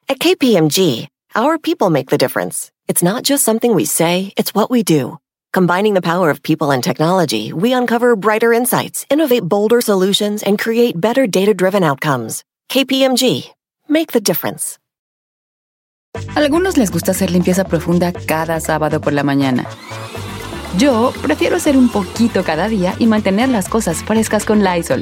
At KPMG, our people make the difference. It's not just something we say, it's what we do. Combining the power of people and technology, we uncover brighter insights, innovate bolder solutions, and create better data-driven outcomes. KPMG, make the difference. A algunos les gusta hacer limpieza profunda cada sábado por la mañana. Yo prefiero hacer un poquito cada día y mantener las cosas frescas con Lysol.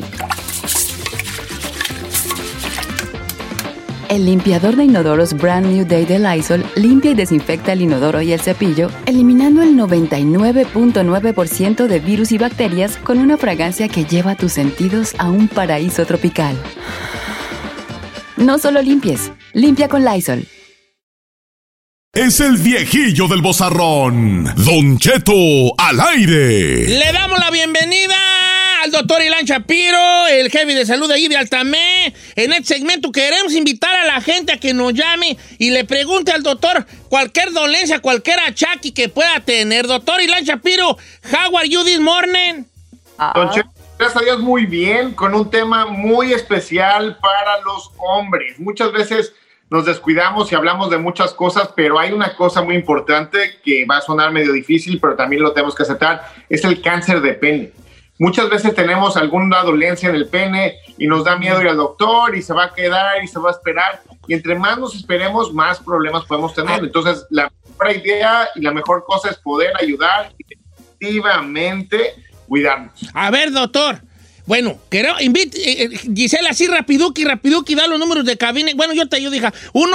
El limpiador de inodoros Brand New Day de Lysol limpia y desinfecta el inodoro y el cepillo, eliminando el 99.9% de virus y bacterias con una fragancia que lleva tus sentidos a un paraíso tropical. No solo limpies, limpia con Lysol. Es el viejillo del vozarrón, Don Cheto al aire. Le damos la bienvenida al doctor Ilan Shapiro, el jefe de salud de allí de Altamé. En este segmento queremos invitar a la gente a que nos llame y le pregunte al doctor cualquier dolencia, cualquier achaque que pueda tener. Doctor Ilan Shapiro, how are you this morning? Don Cheto, gracias a Dios muy bien, con un tema muy especial para los hombres. Muchas veces nos descuidamos y hablamos de muchas cosas, pero hay una cosa muy importante que va a sonar medio difícil, pero también lo tenemos que aceptar, es el cáncer de pene. Muchas veces tenemos alguna dolencia en el pene y nos da miedo ir al doctor y se va a quedar y se va a esperar. Y entre más nos esperemos, más problemas podemos tener. Entonces, la mejor idea y la mejor cosa es poder ayudar y efectivamente cuidarnos. A ver, doctor. Bueno, Gisela, así rapiduki, da los números de cabina. Bueno, yo te ayudo, hija.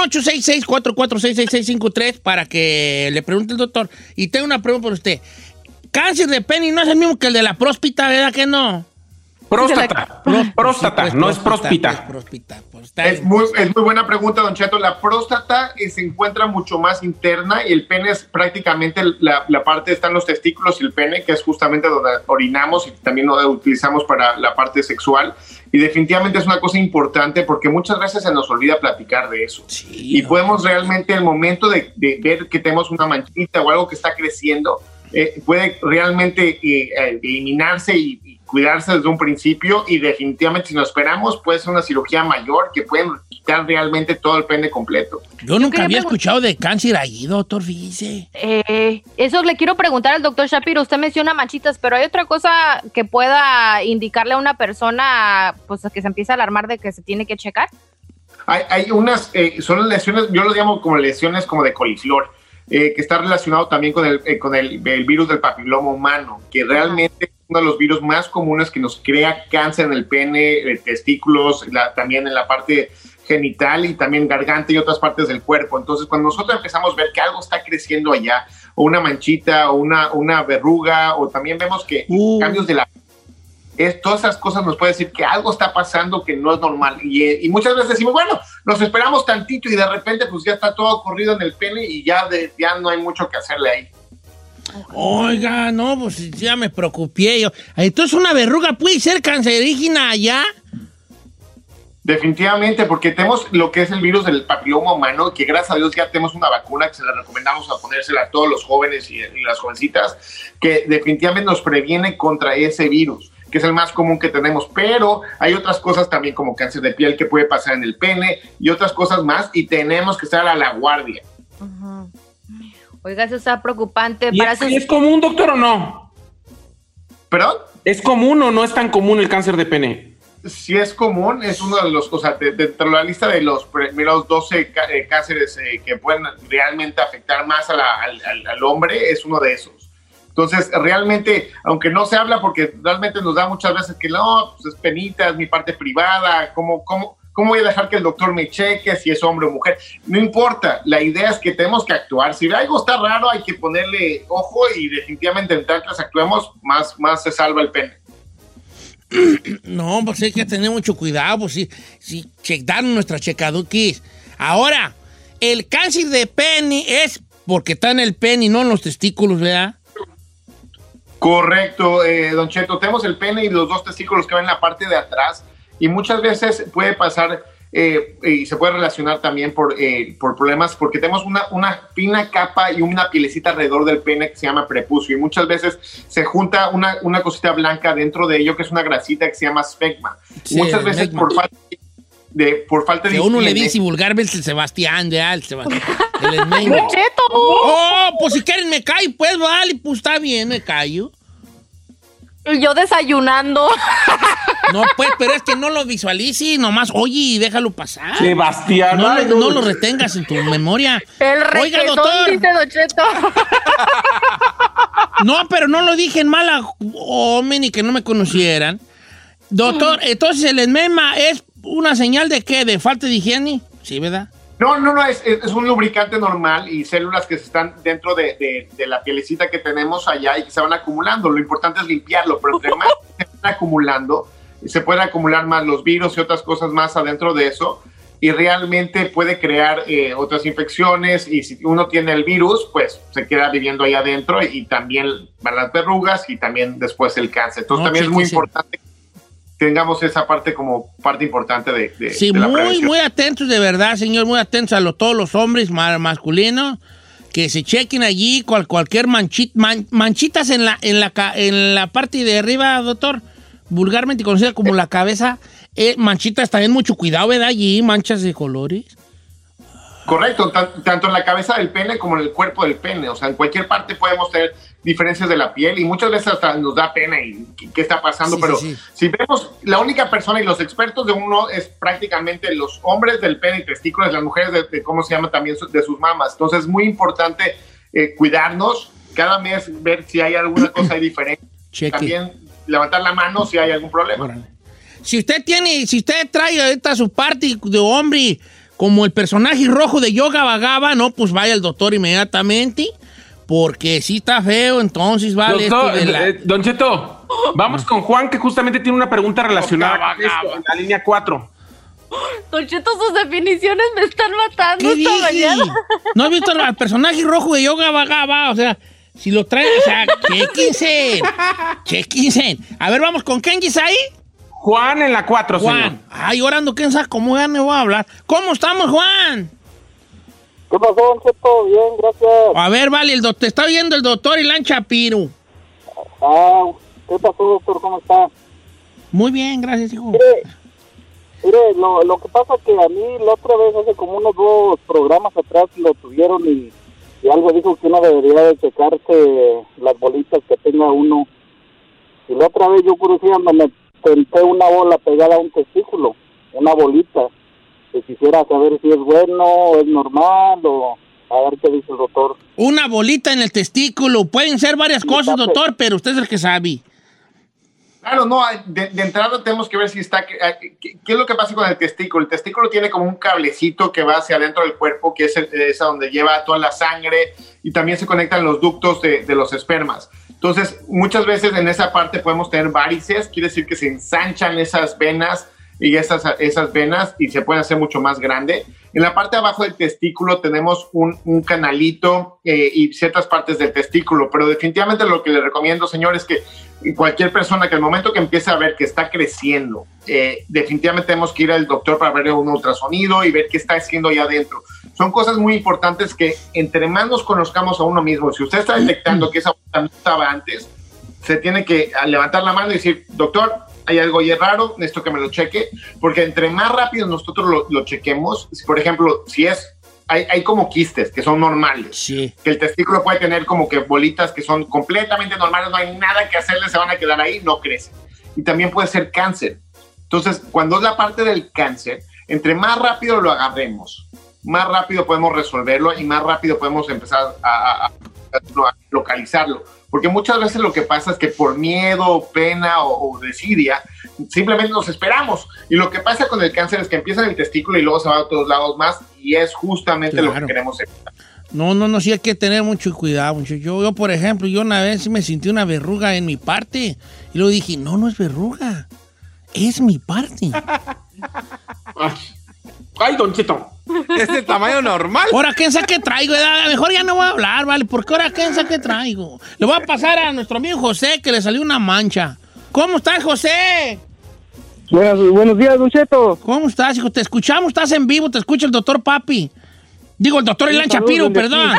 1-866-446-6653 para que le pregunte el doctor. Y tengo una pregunta por usted. Cáncer de pene no es el mismo que el de la próstata, ¿verdad que no? Próstata. Próstata, pues, no es próspita. Es muy buena pregunta, Don Cheto. La próstata se encuentra mucho más interna y el pene es prácticamente la parte, están los testículos y el pene, que es justamente donde orinamos y también lo utilizamos para la parte sexual. Y definitivamente es una cosa importante porque muchas veces se nos olvida platicar de eso. Sí, y podemos realmente, el momento de ver que tenemos una manchita o algo que está creciendo, puede realmente eliminarse y cuidarse desde un principio, y definitivamente si nos esperamos puede ser una cirugía mayor que pueden quitar realmente todo el pene completo. Yo nunca había escuchado de cáncer ahí, doctor, fíjese. Eso le quiero preguntar al doctor Shapiro. Usted menciona manchitas, pero ¿hay otra cosa que pueda indicarle a una persona pues que se empieza a alarmar de que se tiene que checar? Hay unas, son lesiones, yo lo llamo como lesiones como de coliflor, que está relacionado también con el virus del papiloma humano, que realmente es uno de los virus más comunes que nos crea cáncer en el pene, testículos, también en la parte genital y también garganta y otras partes del cuerpo. Entonces, cuando nosotros empezamos a ver que algo está creciendo allá, o una manchita, o una verruga, o también vemos que cambios de todas esas cosas nos puede decir que algo está pasando que no es normal. Y muchas veces decimos, bueno, nos esperamos tantito y de repente pues ya está todo corrido en el pene y ya no hay mucho que hacerle ahí. Oiga, no, pues ya me preocupé yo. Entonces, ¿una verruga puede ser cancerígena allá? Definitivamente, porque tenemos lo que es el virus del papiloma humano, que gracias a Dios ya tenemos una vacuna que se la recomendamos a ponérsela a todos los jóvenes y las jovencitas, que definitivamente nos previene contra ese virus, que es el más común que tenemos, pero hay otras cosas también como cáncer de piel que puede pasar en el pene y otras cosas más, y tenemos que estar a la guardia. Uh-huh. Oiga, eso está preocupante. ¿Es común, doctor, o no? ¿Perdón? ¿Es común o no es tan común el cáncer de pene? Sí es común, es uno de los, o sea, dentro de la lista de los primeros 12 cánceres que pueden realmente afectar más al hombre, es uno de esos. Entonces, realmente, aunque no se habla, porque realmente nos da muchas veces que no, pues es penita, es mi parte privada, ¿cómo voy a dejar que el doctor me cheque si es hombre o mujer? No importa, la idea es que tenemos que actuar. Si algo está raro, hay que ponerle ojo y definitivamente en tantas actuemos, más se salva el pene. No, pues hay que tener mucho cuidado, pues sí, dar nuestra checaduquis. Ahora, el cáncer de pene es porque está en el pene y no en los testículos, ¿verdad? Correcto, don Cheto, tenemos el pene y los dos testículos que van en la parte de atrás, y muchas veces puede pasar y se puede relacionar también por problemas, porque tenemos una fina capa y una pielecita alrededor del pene que se llama prepucio, y muchas veces se junta una cosita blanca dentro de ello que es una grasita que se llama esfegma. Sí, muchas veces por falta por falta de que uno le higiene. dice vulgarmente el Sebastián, el Sebastián. El Esmeño. ¡Don Cheto! Oh, pues si quieren me callo, pues vale, pues está bien, me callo. Y yo desayunando. No, pues, pero es que no lo visualices, nomás oye y déjalo pasar. Sebastián. No, ay, no lo retengas en tu memoria. El Oiga, requesón, doctor. dice Don Cheto. No, pero no lo dije en mala hombre ni que no me conocieran. Doctor, entonces el esmema es una señal de qué, de falta de higiene, ¿sí, verdad? No, es un lubricante normal y células que están dentro de la pielecita que tenemos allá y que se van acumulando. Lo importante es limpiarlo, pero entre más se van acumulando, se pueden acumular más los virus y otras cosas más adentro de eso y realmente puede crear otras infecciones y si uno tiene el virus, pues se queda viviendo ahí adentro y también van las verrugas y también después el cáncer. Entonces también es muy importante que tengamos esa parte como parte importante de sí, de la prevención. muy atentos de verdad, señor, muy atentos a todos los hombres masculinos que se chequen allí cualquier manchitas en la parte de arriba, doctor, vulgarmente conocida como la cabeza, manchitas también mucho cuidado, ¿verdad? Allí, manchas de colores. Correcto, tanto en la cabeza del pene como en el cuerpo del pene, o sea, en cualquier parte podemos tener diferencias de la piel y muchas veces hasta nos da pena y qué está pasando, Sí, pero sí. si vemos, la única persona y los expertos de uno es prácticamente los hombres del pene y testículos, las mujeres de cómo se llama también de sus mamas, entonces es muy importante cuidarnos, cada mes ver si hay alguna cosa diferente, Cheque. también levantar la mano si hay algún problema. Órale. Si usted trae ahorita su parte de hombre como el personaje rojo de Yoga Vagaba, no, pues vaya al doctor inmediatamente, porque si está feo, entonces vale Doctor, esto de la... Don Cheto, vamos con Juan, que justamente tiene una pregunta relacionada con esto, en la línea 4. Don Cheto, sus definiciones me están matando ¿Qué esta dije? mañana. ¿No has visto al personaje rojo de Yoga Vagaba? O sea, si lo traen, o sea, chequense. A ver, vamos con Kenjis ahí. Juan en la 4, Juan. señor. Ay, orando, ¿quién sabe cómo ya me voy a hablar? ¿Cómo estamos, Juan? ¿Qué pasó, Don Cheto? Bien, gracias. A ver, vale, te está viendo el doctor Ilan Shapiro. ¿Qué pasó, doctor? ¿Cómo está? Muy bien, gracias, hijo. Mire, lo que pasa que a mí la otra vez, hace como unos 2 programas atrás, lo tuvieron y algo dijo que uno debería de checarse las bolitas que tenga uno. Y la otra vez yo curioseando me senté una bola pegada a un testículo, una bolita. Y quisiera saber si es bueno, es normal o a ver qué dice el doctor. Una bolita en el testículo. Pueden ser varias cosas, doctor, pero usted es el que sabe. Claro, no, de entrada tenemos que ver si está, ¿qué es lo que pasa con el testículo? El testículo tiene como un cablecito que va hacia adentro del cuerpo, que es a donde lleva toda la sangre y también se conectan los ductos de los espermas. Entonces, muchas veces en esa parte podemos tener varices, quiere decir que se ensanchan esas venas y esas venas y se pueden hacer mucho más grande. En la parte de abajo del testículo tenemos un canalito y ciertas partes del testículo, pero definitivamente lo que le recomiendo, señor, es que cualquier persona que al momento que empiece a ver que está creciendo, definitivamente tenemos que ir al doctor para ver un ultrasonido y ver qué está haciendo allá adentro. Son cosas muy importantes que entre más nos conozcamos a uno mismo, si usted está detectando que esa bolita no estaba antes, se tiene que levantar la mano y decir, doctor, hay algo ahí raro, necesito que me lo cheque, porque entre más rápido nosotros lo chequemos, por ejemplo, si hay como quistes que son normales, sí, que el testículo puede tener como que bolitas que son completamente normales, no hay nada que hacerle, se van a quedar ahí, no crecen. Y también puede ser cáncer. Entonces, cuando es la parte del cáncer, entre más rápido lo agarremos, más rápido podemos resolverlo y más rápido podemos empezar a localizarlo. Porque muchas veces lo que pasa es que por miedo, pena o desidia, simplemente nos esperamos. Y lo que pasa con el cáncer es que empieza en el testículo y luego se va a todos lados más y es justamente lo que queremos evitar. No, sí hay que tener mucho cuidado, mucho. Yo, por ejemplo, una vez me sentí una verruga en mi parte y luego dije, no es verruga, es mi parte. Ay, Don Cheto. Es de tamaño normal. Ahora, ¿quién sabe qué traigo? Mejor ya no voy a hablar, ¿vale? Porque ahora, ¿quién sabe qué traigo? Le voy a pasar a nuestro amigo José, que le salió una mancha. ¿Cómo estás, José? Buenos días, Don Cheto. ¿Cómo estás, hijo? Te escuchamos, estás en vivo, te escucha el doctor Papi. Digo, el doctor Ilan Shapiro, perdón.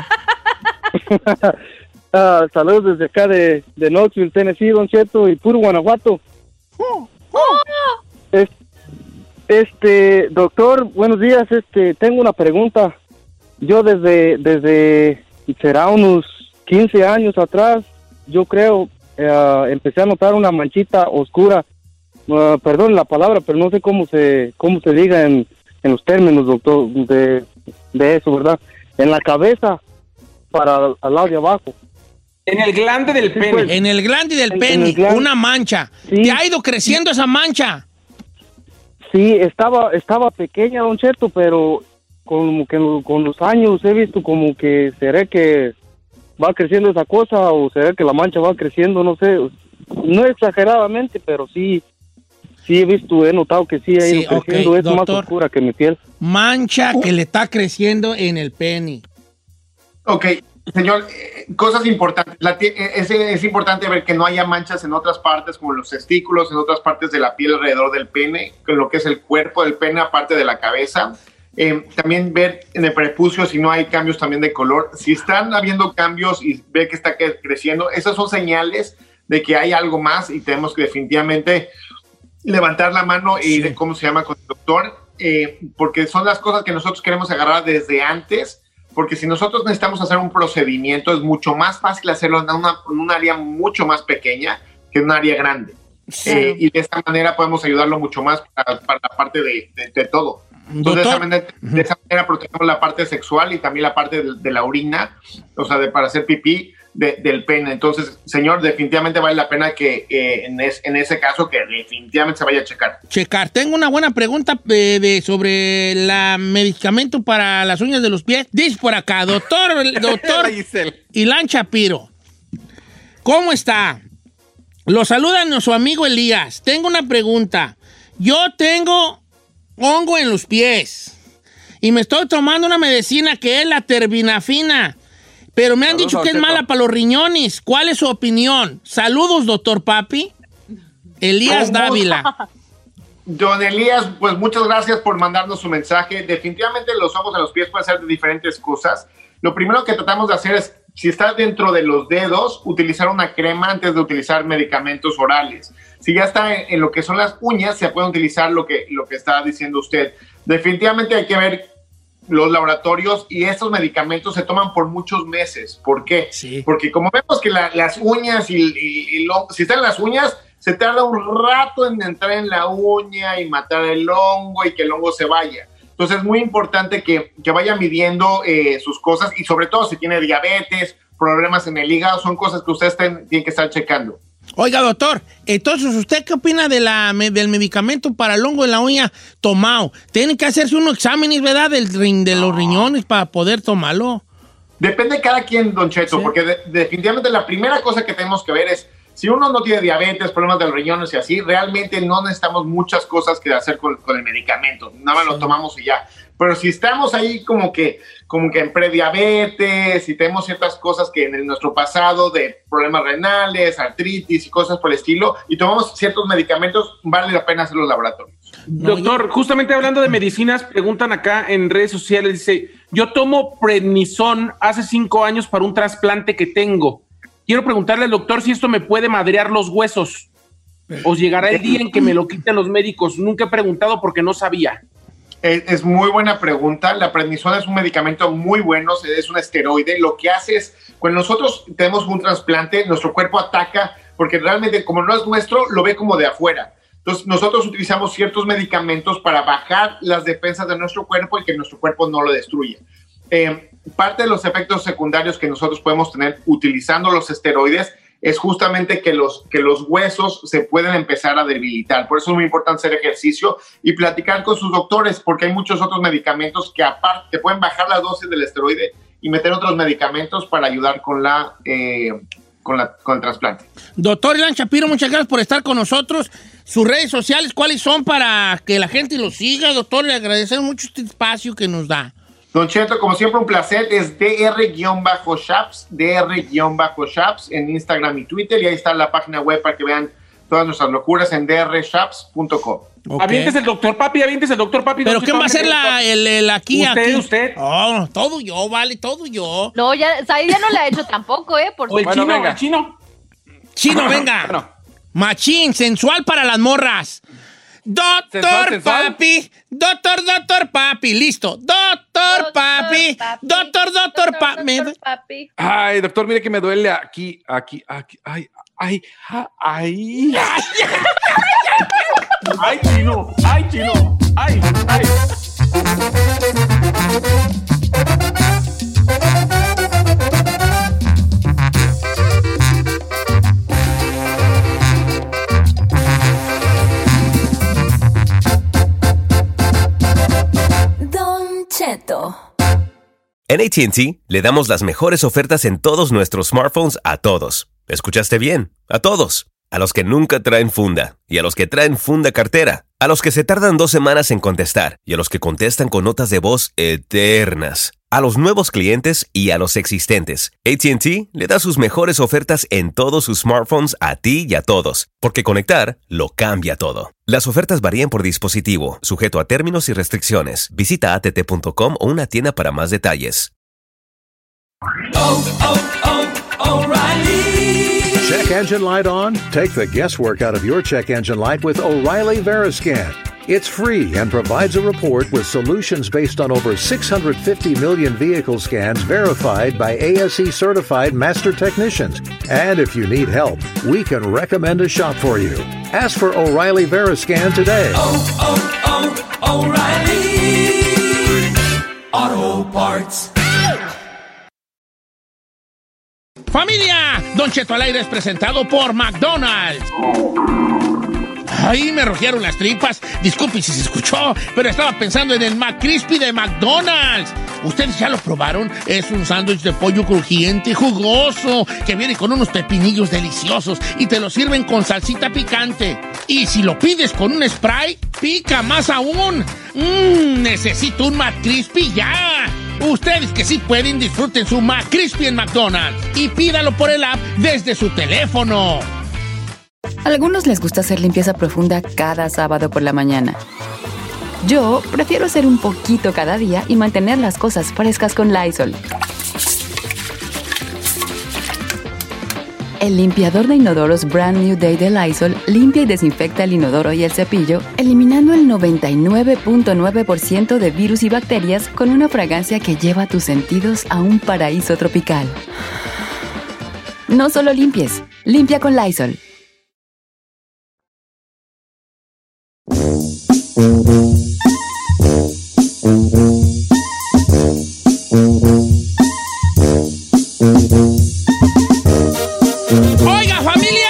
Saludos desde acá de Knoxville, Tennessee, Don Cheto, y puro Guanajuato. Doctor, buenos días. Tengo una pregunta. Yo desde será unos 15 años atrás, yo creo, empecé a notar una manchita oscura. Perdón la palabra, pero no sé cómo se diga en los términos, doctor, de eso, ¿verdad? En la cabeza, para al lado de abajo. En el glande del pene. Pues, en el glande del pene, una mancha. Sí. ¿Te ha ido creciendo esa mancha? Sí, estaba pequeña, Don Cheto, pero como que con los años he visto como que será que va creciendo esa cosa o será que la mancha va creciendo, no sé, no exageradamente, pero sí he notado que sí ha ido creciendo, es doctor, más oscura que mi piel. Mancha que le está creciendo en el pene. Ok, señor, cosas importantes. Es importante ver que no haya manchas en otras partes, como los testículos, en otras partes de la piel alrededor del pene, con lo que es el cuerpo del pene, aparte de la cabeza. También ver en el prepucio si no hay cambios también de color. Si están habiendo cambios y ve que está creciendo, esas son señales de que hay algo más y tenemos que definitivamente levantar la mano y ir, ¿cómo se llama?, con el doctor, porque son las cosas que nosotros queremos agarrar desde antes, porque si nosotros necesitamos hacer un procedimiento, es mucho más fácil hacerlo en un área mucho más pequeña que en un área grande. Sí. Y de esta manera podemos ayudarlo mucho más para la parte de todo. Entonces, de esa manera protegemos la parte sexual y también la parte de la orina, o sea, para hacer pipí del pene. Entonces, señor, definitivamente vale la pena que en ese caso que definitivamente se vaya a checar. Tengo una buena pregunta sobre el medicamento para las uñas de los pies. Dice por acá, doctor Ilan Shapiro, ¿cómo está? Lo saluda nuestro amigo Elías. Tengo una pregunta. Yo tengo hongo en los pies y me estoy tomando una medicina que es la terbinafina, pero me han dicho que es mala para los riñones. ¿Cuál es su opinión? Saludos, doctor Papi. Elías Dávila. Don Elías, pues muchas gracias por mandarnos su mensaje. Definitivamente los hongos en los pies pueden ser de diferentes cosas. Lo primero que tratamos de hacer es, si está dentro de los dedos, utilizar una crema antes de utilizar medicamentos orales. Si ya está en lo que son las uñas, se puede utilizar lo que está diciendo usted. Definitivamente hay que ver los laboratorios y estos medicamentos se toman por muchos meses. ¿Por qué? Sí. Porque como vemos que las uñas si están en las uñas, se tarda un rato en entrar en la uña y matar el hongo y que el hongo se vaya. Entonces es muy importante que vaya midiendo sus cosas y sobre todo si tiene diabetes, problemas en el hígado, son cosas que ustedes tienen que estar checando. Oiga, doctor, entonces, ¿usted qué opina del medicamento para el hongo en la uña tomado? Tiene que hacerse unos exámenes, ¿verdad?, de los riñones para poder tomarlo. Depende de cada quien, don Cheto, ¿sí? Porque definitivamente la primera cosa que tenemos que ver es, si uno no tiene diabetes, problemas de los riñones y así, realmente no necesitamos muchas cosas que hacer con el medicamento. Nada más lo tomamos y ya. Pero si estamos ahí como que en prediabetes y tenemos ciertas cosas que en nuestro pasado de problemas renales, artritis y cosas por el estilo, y tomamos ciertos medicamentos, vale la pena hacer los laboratorios. Doctor, justamente hablando de medicinas, preguntan acá en redes sociales, dice, yo tomo prednisón hace 5 años para un trasplante que tengo. Quiero preguntarle al doctor si esto me puede madrear los huesos. ¿O llegará el día en que me lo quiten los médicos? Nunca he preguntado porque no sabía. Es muy buena pregunta. La prednisona es un medicamento muy bueno, es un esteroide. Lo que hace es, cuando nosotros tenemos un trasplante, nuestro cuerpo ataca, porque realmente como no es nuestro, lo ve como de afuera. Entonces nosotros utilizamos ciertos medicamentos para bajar las defensas de nuestro cuerpo y que nuestro cuerpo no lo destruya. Parte de los efectos secundarios que nosotros podemos tener utilizando los esteroides es justamente que los huesos se pueden empezar a debilitar. Por eso es muy importante hacer ejercicio y platicar con sus doctores, porque hay muchos otros medicamentos que aparte pueden bajar la dosis del esteroide y meter otros medicamentos para ayudar con el trasplante. Doctor Ilan Shapiro, muchas gracias por estar con nosotros. Sus redes sociales, ¿cuáles son para que la gente lo siga? Doctor, le agradecemos mucho este espacio que nos da. Don Cheto, como siempre, un placer. Es dr-shaps en Instagram y Twitter. Y ahí está la página web para que vean todas nuestras locuras en drshaps.com. Okay. Aviéntese el doctor Papi. ¿Pero quién va a ser el aquí? Usted. Oh, todo yo, vale, todo yo. No, Said ya no le ha hecho tampoco, por o el chino. Chino, venga. Bueno. Machín, sensual para las morras. Doctor Papi, doctor Papi, listo. Doctor Papi, doctor Papi. Ay, doctor, mire que me duele aquí. Ay. Ay, chino. Ay. Don Cheto. En AT&T le damos las mejores ofertas en todos nuestros smartphones a todos. ¿Escuchaste bien? A todos. A los que nunca traen funda y a los que traen funda cartera. A los que se tardan 2 semanas en contestar y a los que contestan con notas de voz eternas. A los nuevos clientes y a los existentes. AT&T le da sus mejores ofertas en todos sus smartphones a ti y a todos. Porque conectar lo cambia todo. Las ofertas varían por dispositivo, sujeto a términos y restricciones. Visita att.com o una tienda para más detalles. Check engine light on? Take the guesswork out of your check engine light with O'Reilly Veriscan. It's free and provides a report with solutions based on over 650 million vehicle scans verified by ASE-certified master technicians. And if you need help, we can recommend a shop for you. Ask for O'Reilly Veriscan today. O'Reilly Auto Parts. ¡Familia! Don Cheto al aire es presentado por McDonald's. Ay, me rugieron las tripas. Disculpe si se escuchó, pero estaba pensando en el McCrispy de McDonald's. ¿Ustedes ya lo probaron? Es un sándwich de pollo crujiente y jugoso que viene con unos pepinillos deliciosos y te lo sirven con salsita picante. Y si lo pides con un Sprite, pica más aún. Necesito un McCrispy ya. Ustedes que sí pueden, disfruten su McCrispy en McDonald's y pídalo por el app desde su teléfono. A algunos les gusta hacer limpieza profunda cada sábado por la mañana. Yo prefiero hacer un poquito cada día y mantener las cosas frescas con Lysol. El limpiador de inodoros Brand New Day de Lysol limpia y desinfecta el inodoro y el cepillo, eliminando el 99.9% de virus y bacterias con una fragancia que lleva tus sentidos a un paraíso tropical. No solo limpies, limpia con Lysol. ¡Oiga, familia!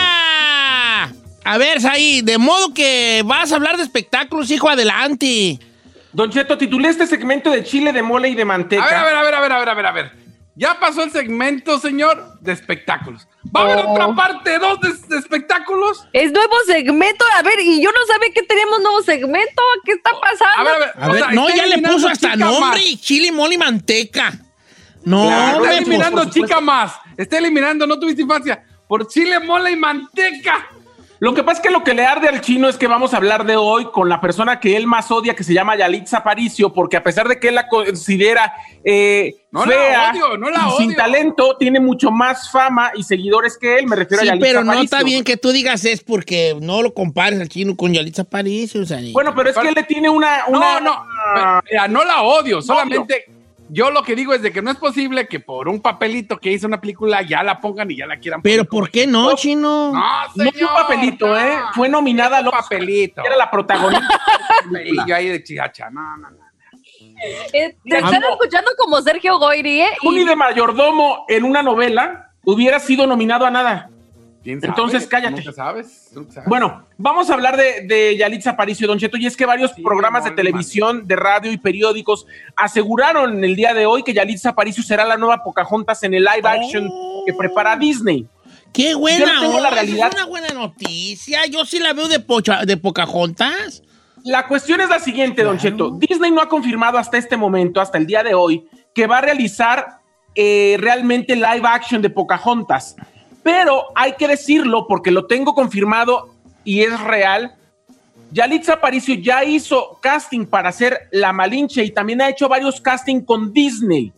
A ver, Saí, de modo que vas a hablar de espectáculos, hijo, adelante. Don Cheto, titulé este segmento de chile, de mole y de manteca. A ver. Ya pasó el segmento, señor, de espectáculos. ¿Va a haber otra parte 2 de espectáculos? Es nuevo segmento, a ver, y yo no sabía que teníamos nuevo segmento. ¿Qué está pasando? A ver, no, ya le puso hasta nombre, chile, mole y manteca. No, claro, está eliminando pues, chica más. Está eliminando, no tuviste infancia, por chile, mole y manteca. Lo que pasa es que lo que le arde al chino es que vamos a hablar de hoy con la persona que él más odia, que se llama Yalitza Aparicio, porque a pesar de que él la considera fea, sin talento, tiene mucho más fama y seguidores que él. Me refiero a Yalitza pero Aparicio. No está bien que tú digas es porque no lo compares al chino con Yalitza Aparicio. O sea, bueno, pero es que él le tiene una... No la odio, solamente... Yo lo que digo es de que no es posible que por un papelito que hizo una película ya la pongan y ya la quieran poner. Pero ¿por qué no, chino? No, señor, no fue un papelito, fue nominada a los papelito. Era la protagonista. Y yo ahí de chigacha, no. Te están escuchando como Sergio Goyri, Tony de mayordomo en una novela hubiera sido nominado a nada. Entonces cállate. ¿Nunca sabes? Bueno, vamos a hablar de Yalitza Aparicio, Don Cheto, y es que varios programas de televisión, de radio y periódicos aseguraron el día de hoy que Yalitza Aparicio será la nueva Pocahontas en el live action que prepara Disney. ¡Qué buena! La realidad. Es una buena noticia. Yo sí la veo de Pocahontas. La cuestión es la siguiente, Don Cheto. Disney no ha confirmado hasta este momento, hasta el día de hoy, que va a realizar realmente live action de Pocahontas. Pero hay que decirlo porque lo tengo confirmado y es real. Yalitza Aparicio ya hizo casting para hacer La Malinche y también ha hecho varios castings con Disney.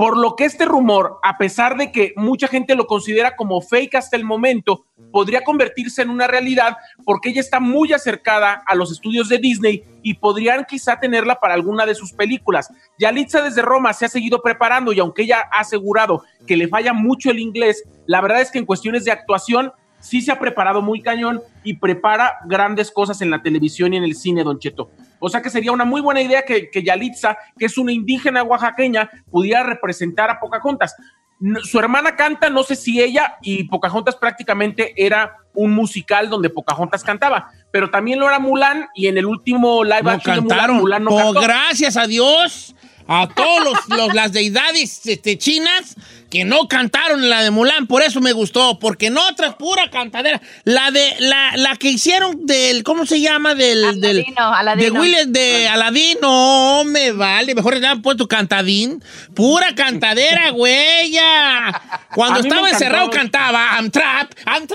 Por lo que este rumor, a pesar de que mucha gente lo considera como fake hasta el momento, podría convertirse en una realidad porque ella está muy acercada a los estudios de Disney y podrían quizá tenerla para alguna de sus películas. Yalitza desde Roma se ha seguido preparando y aunque ella ha asegurado que le falla mucho el inglés, la verdad es que en cuestiones de actuación sí se ha preparado muy cañón y prepara grandes cosas en la televisión y en el cine, Don Cheto. O sea que sería una muy buena idea que Yalitza, que es una indígena oaxaqueña, pudiera representar a Pocahontas. Su hermana canta, no sé si ella, y Pocahontas prácticamente era un musical donde Pocahontas cantaba, pero también lo era Mulan, y en el último live action de Mulan no cantó. Gracias a Dios, a todos las deidades chinas que no cantaron la de Mulan, por eso me gustó, porque en otras pura cantadera. La que hicieron del, ¿cómo se llama? Aladino. De Aladín, no me vale, mejor le han puesto cantadín, pura cantadera, güey. Cuando estaba encerrado cantaba I'm trapped,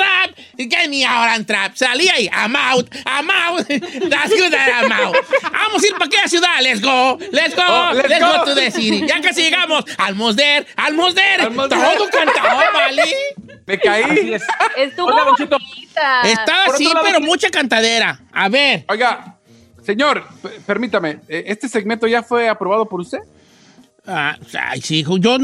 get me out, I'm trapped. Salía ahí, I'm out, that's good that I'm out. Vamos a ir para aquella ciudad, let's go to the city. Ya casi llegamos, almost there. Todo cantado, ¿vale? Me caí. Estuvo bonita. Estaba así, pero mucha cantadera. A ver. Oiga, señor, permítame, ¿este segmento ya fue aprobado por usted? Ay, sí, hijo, yo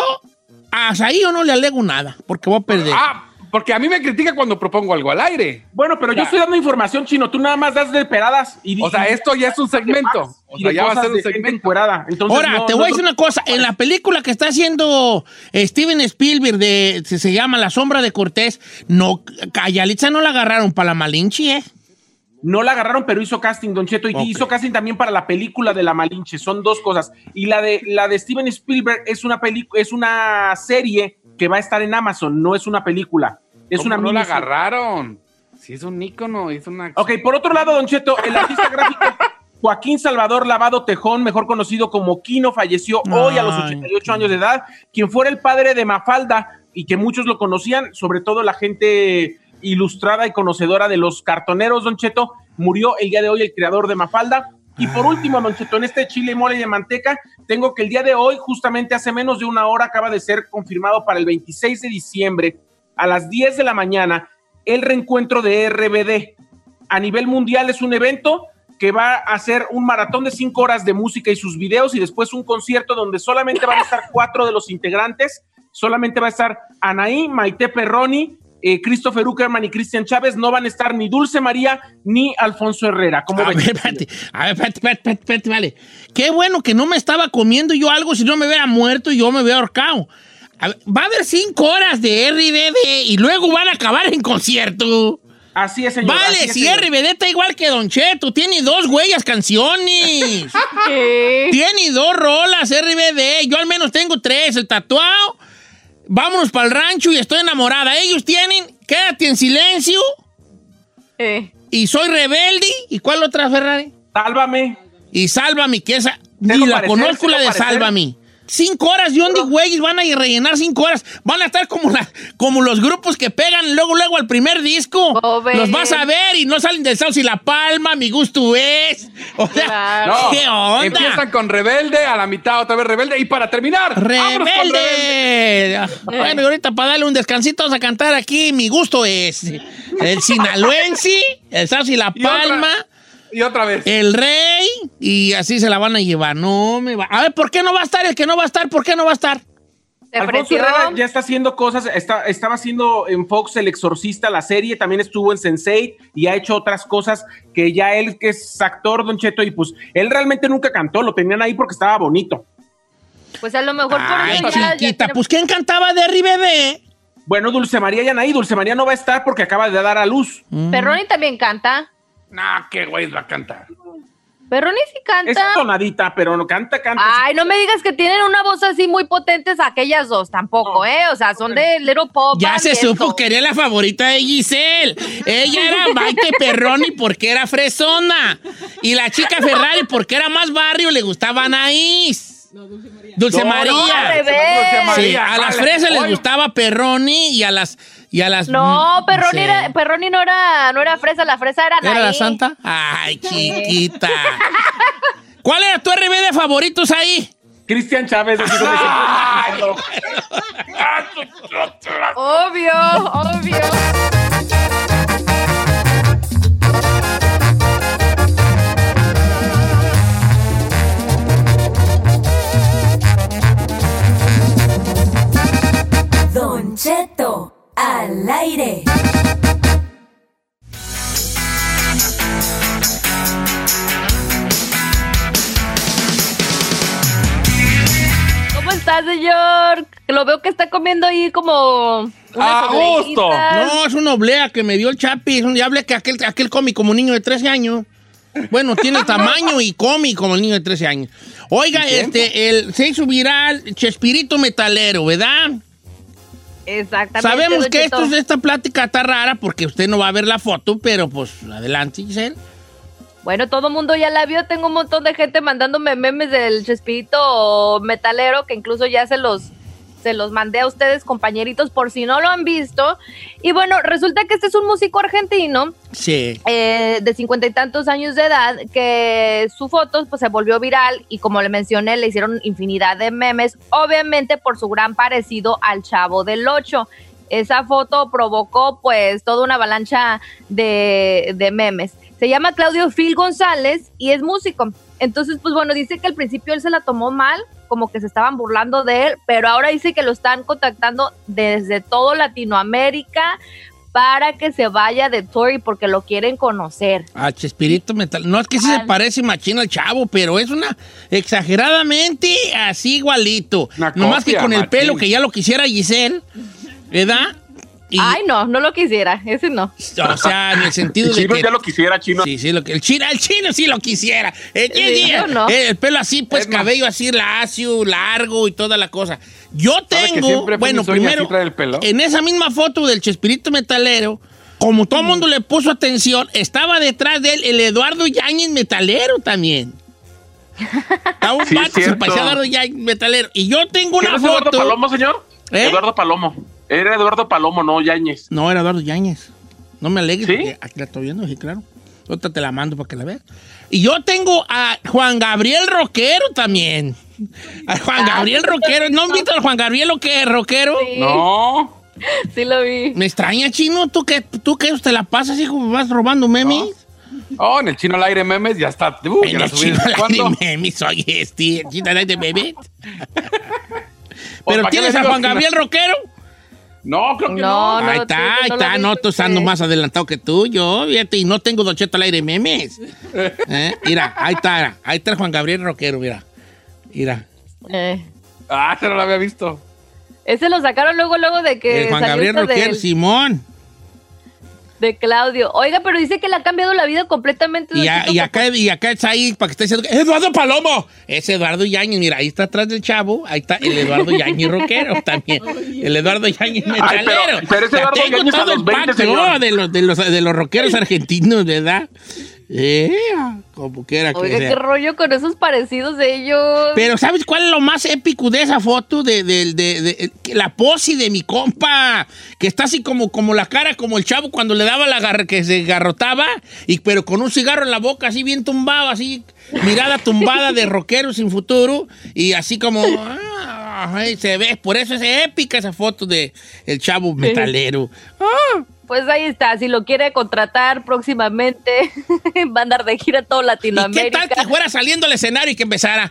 hasta ahí yo no le alego nada, porque voy a perder. Porque a mí me critica cuando propongo algo al aire. Bueno, pero yo estoy dando información, Chino. Tú nada más das de peradas. O sea, esto ya es un segmento. O sea, ya va a ser un segmento. Ahora, te voy a decir una cosa. En la película que está haciendo Steven Spielberg, se llama La sombra de Cortés, a Yalitza no la agarraron para la Malinche, ¿eh? No la agarraron, pero hizo casting, Don Cheto, y hizo casting también para la película de La Malinche. Son dos cosas. Y la de Steven Spielberg es una serie que va a estar en Amazon, no es una película. Es una no la agarraron. Sí, es un ícono, es una... Ok, por otro lado, Don Cheto, el artista gráfico Joaquín Salvador Lavado Tejón, mejor conocido como Kino, falleció hoy a los 88 años de edad, quien fuera el padre de Mafalda y que muchos lo conocían, sobre todo la gente ilustrada y conocedora de los cartoneros, Don Cheto. Murió el día de hoy el creador de Mafalda. Y por último, Don Cheto, en este chile, mole y de manteca, tengo que el día de hoy, justamente hace menos de una hora, acaba de ser confirmado para el 26 de diciembre, a las 10 de la mañana, el reencuentro de RBD. A nivel mundial es un evento que va a ser un maratón de 5 horas de música y sus videos y después un concierto donde solamente van a estar 4 de los integrantes. Solamente va a estar Anaí, Maite Perroni, Christopher Uckerman y Cristian Chávez. No van a estar ni Dulce María ni Alfonso Herrera. ¿Cómo ven? Espérate, vale. Qué bueno que no me estaba comiendo yo algo, si no me hubiera muerto y yo me hubiera ahorcado. Va a haber 5 horas de RBD y luego van a acabar en concierto. Así es, señor. Vale, si RBD está igual que Don Cheto, tiene 2 huellas canciones. Tiene 2 rolas RBD. Yo al menos tengo 3. El tatuado, vámonos para el rancho y estoy enamorada. Ellos tienen Quédate en silencio. Y Soy rebelde. ¿Y cuál otra, Ferrari? Sálvame. Y Sálvame, que esa ni la conozco, la de Sálvame. 5 horas, John D. Güeyes van a rellenar 5 horas. Van a estar como los grupos que pegan luego al primer disco. Los vas a ver y no salen del Sauce y La Palma, Mi Gusto Es. O sea, ¿qué onda? Empiezan con Rebelde, a la mitad otra vez Rebelde y para terminar, ¡Rebelde! Bueno, y ahorita para darle un descansito vamos a cantar aquí Mi Gusto Es. El Sinaloense, el Sauce y La Palma. Y otra vez. El Rey, y así se la van a llevar. No me va. A ver, ¿por qué no va a estar el que no va a estar? ¿Por qué no va a estar? Alfonso Herrera ya está haciendo cosas, estaba haciendo en Fox El Exorcista, la serie, también estuvo en Sense8 y ha hecho otras cosas que ya él, que es actor, Don Cheto, y pues él realmente nunca cantó, lo tenían ahí porque estaba bonito. Pues a lo mejor por eso chiquita, pues ¿quién cantaba de RBD? Bueno, Dulce María ya ahí, Dulce María no va a estar porque acaba de dar a luz. Perroni también canta. No, qué güey va a cantar. Perroni sí canta. Es tonadita, pero no canta. Ay, no me digas que tienen una voz así muy potentes aquellas dos, tampoco, O sea, son de Little Pop. Ya se supo que era la favorita de Giselle. Ella era Maite Perroni porque era fresona. Y la chica Ferrari porque era más barrio, le gustaba Anaís. No, Dulce María. Sí, a las fresas les gustaba Perroni y a las... No, Perroni no era fresa, la fresa era Anaí. ¿Era la santa? Ay, chiquita. ¿Cuál era tu RBD favoritos ahí? Cristian Chávez. Así como Obvio. Don Cheto al aire. ¿Cómo está, señor? Lo veo que está comiendo ahí como ¡a gusto! No, es una oblea que me dio el Chapi. Es un diable que aquel come como niño de 13 años. Bueno, tiene el tamaño y come como el niño de 13 años. Oiga, se hizo viral Chespirito Metalero, ¿verdad? Exactamente. Sabemos que esta plática está rara porque usted no va a ver la foto, pero pues adelante, Giselle. Bueno, todo el mundo ya la vio. Tengo un montón de gente mandándome memes del Chespirito Metalero, que incluso ya se los mandé a ustedes, compañeritos, por si no lo han visto. Y bueno, resulta que este es un músico argentino, sí, de 50 y tantos años de edad, que su foto pues se volvió viral y, como le mencioné, le hicieron infinidad de memes, obviamente por su gran parecido al Chavo del Ocho. Esa foto provocó pues toda una avalancha de memes. Se llama Claudio Phil González y es músico. Entonces, pues bueno, dice que al principio él se la tomó mal, como que se estaban burlando de él, pero ahora dice que lo están contactando desde todo Latinoamérica para que se vaya de tour porque lo quieren conocer. Chespirito Metal. No, es que sí se parece machino al Chavo, pero es una exageradamente así igualito. Nomás que con el pelo que ya lo quisiera Giselle, ¿verdad? Ay, no lo quisiera, ese no. O sea, en el sentido de que... ya lo quisiera, Chino. Sí, el chino sí lo quisiera. No. El pelo así, pues, cabello así lacio, largo y toda la cosa. Yo tengo, bueno, primero, en esa misma foto del Chespirito Metalero, como todo el mundo le puso atención, estaba detrás de él el Eduardo Yáñez Metalero también. Estaba un vato, se parecía a Eduardo Yáñez Metalero. Y yo tengo una foto... ¿Eduardo Palomo, señor? Eduardo Palomo. Era Eduardo Palomo, no Yáñez. No, era Eduardo Yáñez. No me alegres, ¿sí? Porque aquí la estoy viendo, sí, claro. Ahorita te la mando para que la veas. Y yo tengo a Juan Gabriel Roquero también. A Juan Gabriel Roquero. ¿No han visto a Juan Gabriel Roquero? Sí. No. Sí lo vi. Me extraña, Chino. ¿Tú qué te la pasas, hijo? ¿Vas robando memes? No. Oh, en el Chino al aire memes ya está. En el Chino al aire memes, oye, el Chino al aire memes. ¿Pero tienes a Juan Gabriel Roquero? No, creo que no. Ahí está. No, tú estás más adelantado que tú, yo, fíjate, y no tengo Don Cheto al aire memes. Mira, ahí está Juan Gabriel Roquero, mira. Ese no lo había visto. Ese lo sacaron luego de que Juan Gabriel Roquero, Simón. De Claudio. Oiga, pero dice que le ha cambiado la vida completamente. Y acá está ahí, para que esté diciendo, ¡Eduardo Palomo! Es Eduardo Yáñez, mira, ahí está atrás del Chavo, ahí está el Eduardo Yáñez Roquero también. El Eduardo Yáñez Metalero. Pero ese Eduardo tengo Yáñez todo a los 20, el señor. de los rockeros argentinos, ¿verdad? Como quiera que Oiga, sea. qué rollo con esos parecidos de ellos. Pero ¿sabes cuál es lo más épico de esa foto? De la pose de mi compa, que está así como la cara, como el Chavo cuando le daba que se garrotaba, pero con un cigarro en la boca, así bien tumbado, así, mirada tumbada de rockero sin futuro, y así como... se ve, por eso es épica esa foto de el Chavo Metalero. Pues ahí está, si lo quiere contratar próximamente, va a andar de gira a toda Latinoamérica. ¿Y qué tal que fuera saliendo al escenario y que empezara?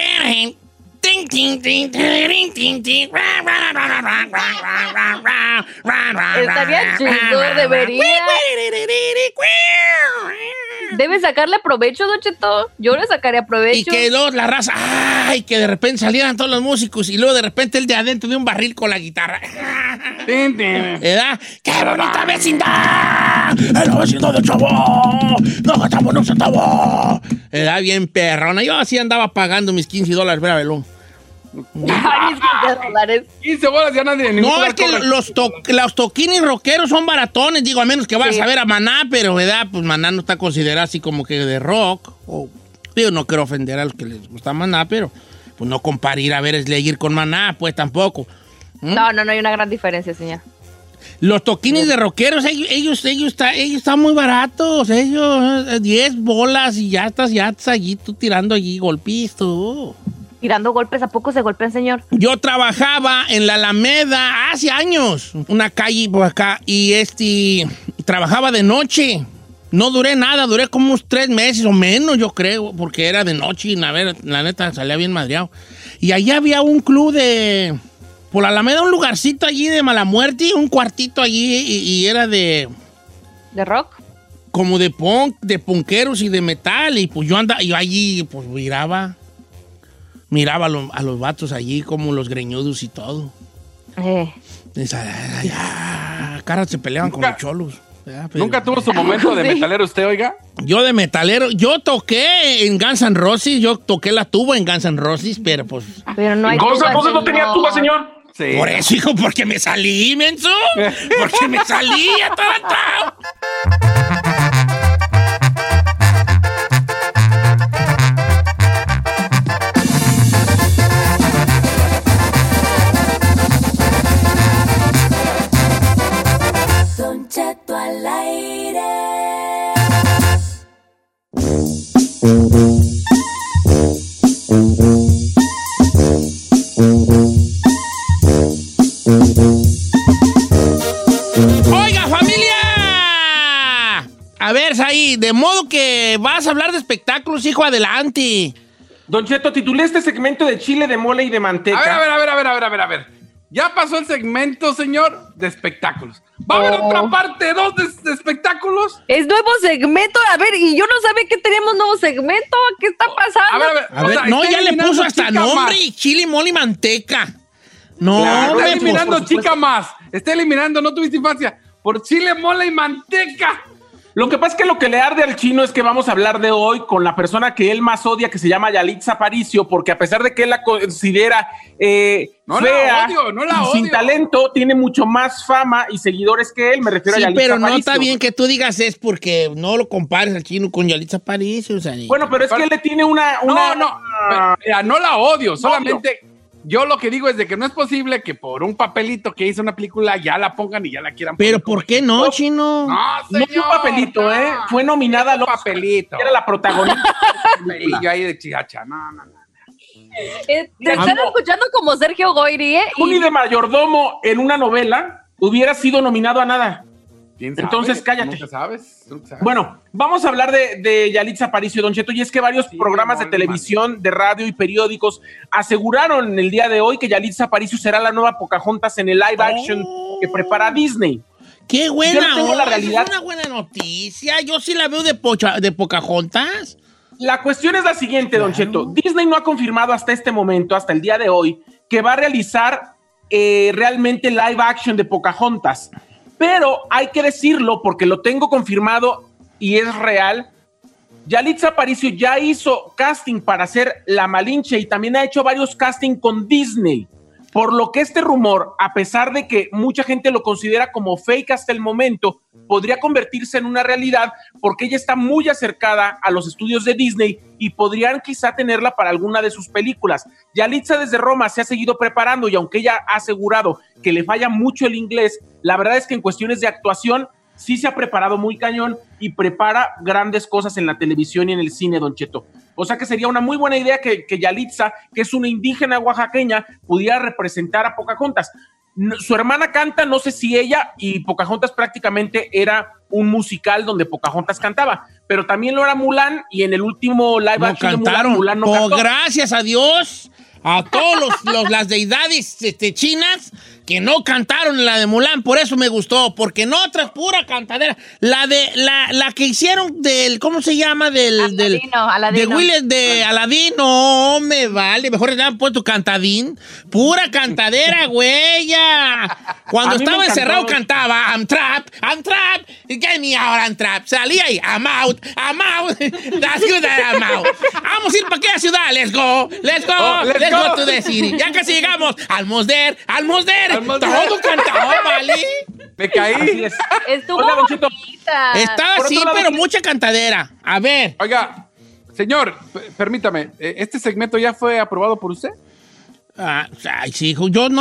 Estaría chido, debería. Debe sacarle provecho, Don Cheto. Yo le sacaría provecho. Y que luego la raza, ¡ay! Que de repente salieran todos los músicos y luego de repente él de adentro de un barril con la guitarra. ¿Verdad? ¡Qué bonita vecindad! ¡El vecindad del Chavo! ¡No gastamos un centavo! ¿Verdad? Bien perrona. Yo así andaba pagando mis $15 ver a Belón. Ay, $15. 15 bolas ya nadie. No, es que los toquines rockeros son baratones, digo, a menos que vayas a ver a Maná, pero, ¿verdad? Pues Maná no está considerado así como que de rock. Digo, no quiero ofender a los que les gusta Maná, pero pues no compare ir a ver Slayer con Maná, pues tampoco. No hay una gran diferencia, señor. Los toquines de rockeros, ellos están muy baratos, ellos 10 bolas y ya estás allí tú tirando allí golpes, tú. Tirando golpes, ¿a poco se golpean, señor? Yo trabajaba en la Alameda hace años, una calle por acá, y trabajaba de noche. No duré nada, duré como unos 3 meses o menos, yo creo, porque era de noche y la neta salía bien madreado. Y allá había un club por la Alameda, un lugarcito allí de mala muerte, un cuartito allí, y era de... ¿De rock? Como de punk, de punkeros y de metal, y pues yo allí, pues miraba a los vatos allí como los greñudos y todo. Caras se peleaban con los cholos. ¿Nunca tuvo su momento de metalero usted, oiga? Yo de metalero, yo toqué en Guns N' Roses, yo toqué la tuba en Guns N' Roses, pero pues... Pero no hay Guns N' Roses no tenía tuba, señor. Sí. Por eso, hijo, porque me salí, menso. Porque me salí, atarantado. Don Cheto al aire. ¡Oiga, familia! A ver, Saí, de modo que vas a hablar de espectáculos, hijo, adelante. Don Cheto, titulé este segmento de chile, de mole y de manteca. A ver. Ya pasó el segmento, señor, de espectáculos. ¿Va a haber otra parte 2 de espectáculos? Es nuevo segmento, a ver, y yo no sabía que teníamos nuevo segmento. ¿Qué está pasando? A ver, no, ya le puso hasta nombre, chile, mole y manteca. No, claro, está hombre, eliminando pues, chica más. Está eliminando, no tuviste infancia. Por chile, mole y manteca. Lo que pasa es que lo que le arde al chino es que vamos a hablar de hoy con la persona que él más odia, que se llama Yalitza Aparicio, porque a pesar de que él la considera fea y sin talento, tiene mucho más fama y seguidores que él. Me refiero a Yalitza pero Aparicio. No está bien que tú digas es porque no lo compares al chino con Yalitza Aparicio. O sea, bueno, pero es que él le tiene una... No la odio, solamente... Yo lo que digo es de que no es posible que por un papelito que hizo una película ya la pongan y ya la quieran poner. ¿Pero por qué no, chino? No, señor, no fue un papelito, fue nominada a los papelito. Era la protagonista. Y ahí de chihacha, no. Te están escuchando como Sergio Goyri, Juni de mayordomo en una novela hubiera sido nominado a nada. Entonces, cállate. ¿Nunca sabes? Bueno, vamos a hablar de Yalitza Aparicio, Don Cheto, y es que varios programas de televisión, de radio y periódicos aseguraron el día de hoy que Yalitza Aparicio será la nueva Pocahontas en el live action que prepara Disney. ¡Qué buena! Es una buena noticia. Yo sí la veo de Pocahontas. La cuestión es la siguiente, Don Cheto. Disney no ha confirmado hasta este momento, hasta el día de hoy, que va a realizar realmente live action de Pocahontas. Pero hay que decirlo porque lo tengo confirmado y es real. Yalitza Aparicio ya hizo casting para hacer La Malinche y también ha hecho varios castings con Disney. Por lo que este rumor, a pesar de que mucha gente lo considera como fake hasta el momento, podría convertirse en una realidad porque ella está muy acercada a los estudios de Disney y podrían quizá tenerla para alguna de sus películas. Yalitza desde Roma se ha seguido preparando y aunque ella ha asegurado que le falla mucho el inglés, la verdad es que en cuestiones de actuación sí se ha preparado muy cañón y prepara grandes cosas en la televisión y en el cine, Don Cheto. O sea que sería una muy buena idea que Yalitza, que es una indígena oaxaqueña, pudiera representar a Pocahontas. Su hermana canta, no sé si ella, y Pocahontas prácticamente era un musical donde Pocahontas cantaba, pero también lo era Mulan, y en el último live action de Mulan no cantó. Gracias a Dios, a todos las deidades chinas que no cantaron la de Mulan, por eso me gustó, porque en otras pura cantadera. La que hicieron del, ¿cómo se llama? Aladino. De Aladín, no me vale, mejor le han puesto cantadín, pura cantadera, güeya. Cuando estaba encerrado cantaba I'm trapped, get me out, I'm trapped. Salía ahí, I'm out, that's good that I'm out. Vamos a ir para aquella ciudad, let's go to the city. Ya casi llegamos, almost there. Todo cantado, ¿vale? Me caí. Estuvo bonita. Estaba así, pero mucha cantadera. A ver. Oiga, señor, permítame, ¿este segmento ya fue aprobado por usted? Ay, sí, hijo, yo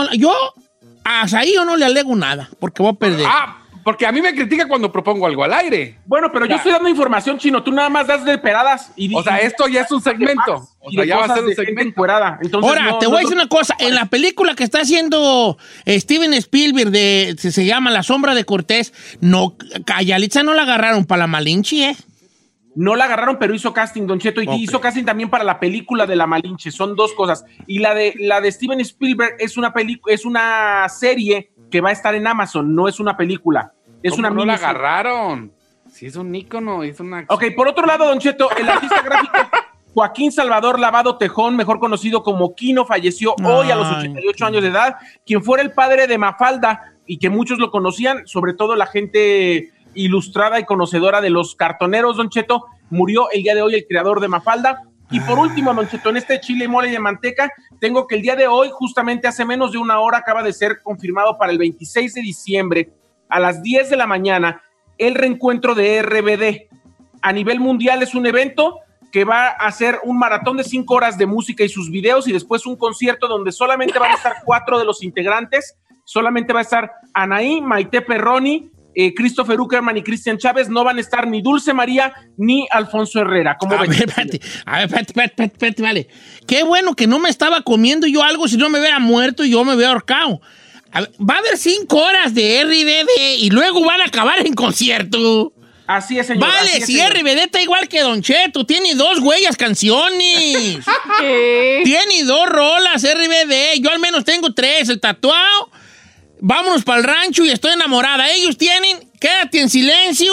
ahí yo no le alego nada, porque voy a perder. Porque a mí me critica cuando propongo algo al aire. Bueno, pero yo estoy dando información, Chino, tú nada más das de peradas. O sea, esto ya es un segmento. O sea, ya va a ser un segmento encuerada. Entonces, ahora, te voy a decir una cosa. En la película que está haciendo Steven Spielberg, se llama La sombra de Cortés, no, a Yalitza no la agarraron para la Malinche, ¿eh? No la agarraron, pero hizo casting, Don Cheto, y hizo casting también para la película de La Malinche. Son dos cosas. Y la de Steven Spielberg es una serie que va a estar en Amazon, no es una película. Es una no la miniserie. agarraron. Sí, es un ícono, es una... Ok, por otro lado, Don Cheto, el artista gráfico Joaquín Salvador Lavado Tejón, mejor conocido como Kino, falleció hoy a los 88 años de edad, quien fuera el padre de Mafalda y que muchos lo conocían, sobre todo la gente ilustrada y conocedora de los cartoneros, Don Cheto. Murió el día de hoy el creador de Mafalda. Y por último, Don Cheto, en este chile y mole de manteca, tengo que el día de hoy, justamente hace menos de una hora, acaba de ser confirmado para el 26 de diciembre, a las 10 de la mañana, el reencuentro de RBD. A nivel mundial es un evento que va a hacer un maratón de 5 horas de música y sus videos, y después un concierto donde solamente van a estar 4 de los integrantes. Solamente va a estar Anaí, Maite Perroni, Christopher Uckerman y Cristian Chávez. No van a estar ni Dulce María ni Alfonso Herrera. ¿Cómo ven? Espérate, vale. Qué bueno que no me estaba comiendo yo algo, si no me hubiera muerto y yo me hubiera ahorcado. Va a haber 5 horas de RBD y luego van a acabar en concierto. Así es, señor. Vale, es, si señor. RBD está igual que Don Cheto, tiene 2 huellas canciones. Tiene 2 rolas RBD, yo al menos tengo 3, el tatuado, Vámonos para el rancho y Estoy enamorada. Ellos tienen Quédate en silencio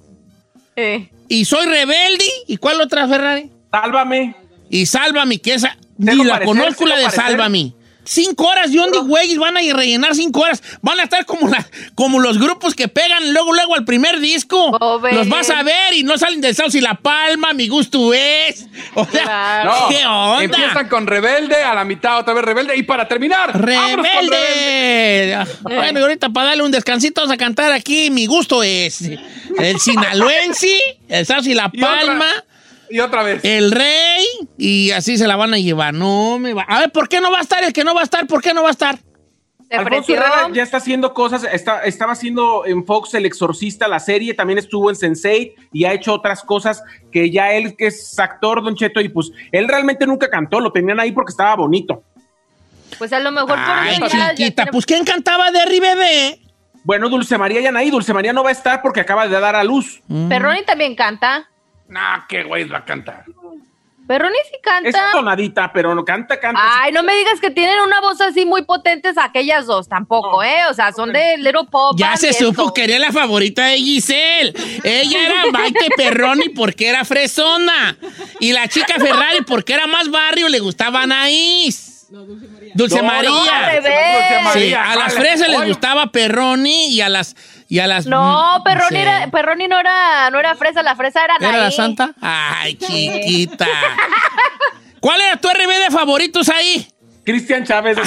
y Soy rebelde. ¿Y cuál otra, Ferrari? Sálvame. Y Sálvame, que esa ni la conozco, la de Sálvame. 5 horas, ¿y dónde, güey? Van a rellenar 5 horas. Van a estar como los grupos que pegan luego al primer disco. Los vas a ver y no salen del Sauce y La Palma, Mi gusto es. O sea, ¿qué onda? Empiezan con Rebelde, a la mitad otra vez Rebelde, y para terminar, ¡Rebelde! Bueno, y ahorita para darle un descansito vamos a cantar aquí Mi gusto es. El sinaloense, el Sauce y La Palma. Y otra vez. El Rey, y así se la van a llevar. No me va. A ver, ¿por qué no va a estar? El que no va a estar, ¿por qué no va a estar? Alfonso Herrera ya está haciendo cosas, estaba haciendo en Fox El Exorcista, la serie, también estuvo en Sense8 y ha hecho otras cosas que ya él, que es actor, Don Cheto, y pues él realmente nunca cantó, lo tenían ahí porque estaba bonito. Pues a lo mejor Ay, chiquita, pues ¿quién cantaba de RBD? Bueno, Dulce María y Anaí. Dulce María no va a estar porque acaba de dar a luz. Perroni también canta. Nah, qué güey va a cantar. Perroni sí canta. Es tonadita, pero no canta. Ay, no me digas que tienen una voz así muy potentes aquellas dos, tampoco, O sea, son de Little Pop. Ya se supo que era la favorita de Giselle. Ella era Maite Perroni porque era fresona. Y la chica Ferrari porque era más barrio, le gustaba Anaís. Dulce María. Sí, a las fresas les gustaba Perroni y a las... No, Perroni no era fresa, la fresa era Anaí. ¿Era la santa? Ay, chiquita. ¿Cuál era tu RBD favoritos ahí? Cristian Chávez.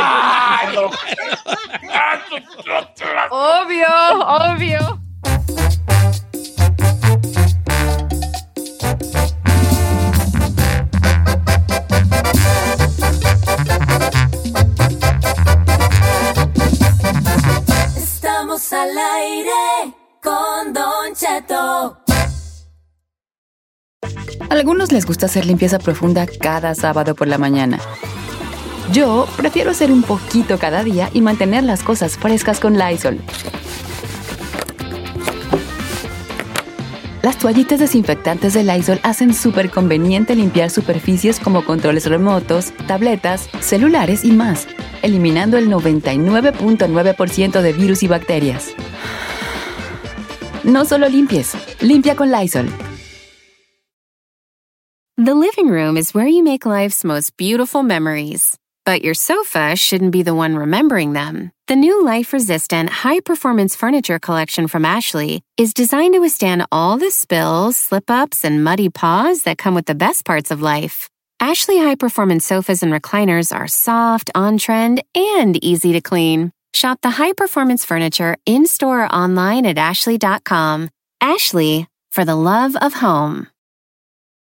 Obvio. Estamos al aire con Don Cheto. A algunos les gusta hacer limpieza profunda cada sábado por la mañana. Yo prefiero hacer un poquito cada día y mantener las cosas frescas con Lysol. Las toallitas desinfectantes de Lysol hacen súper conveniente limpiar superficies como controles remotos, tabletas, celulares y más, eliminando el 99.9% de virus y bacterias. No solo limpies, limpia con Lysol. The living room is where you make life's most beautiful memories. But your sofa shouldn't be the one remembering them. The new life-resistant, high-performance furniture collection from Ashley is designed to withstand all the spills, slip-ups, and muddy paws that come with the best parts of life. Ashley high-performance sofas and recliners are soft, on-trend, and easy to clean. Shop the high-performance furniture in-store or online at ashley.com. Ashley, for the love of home.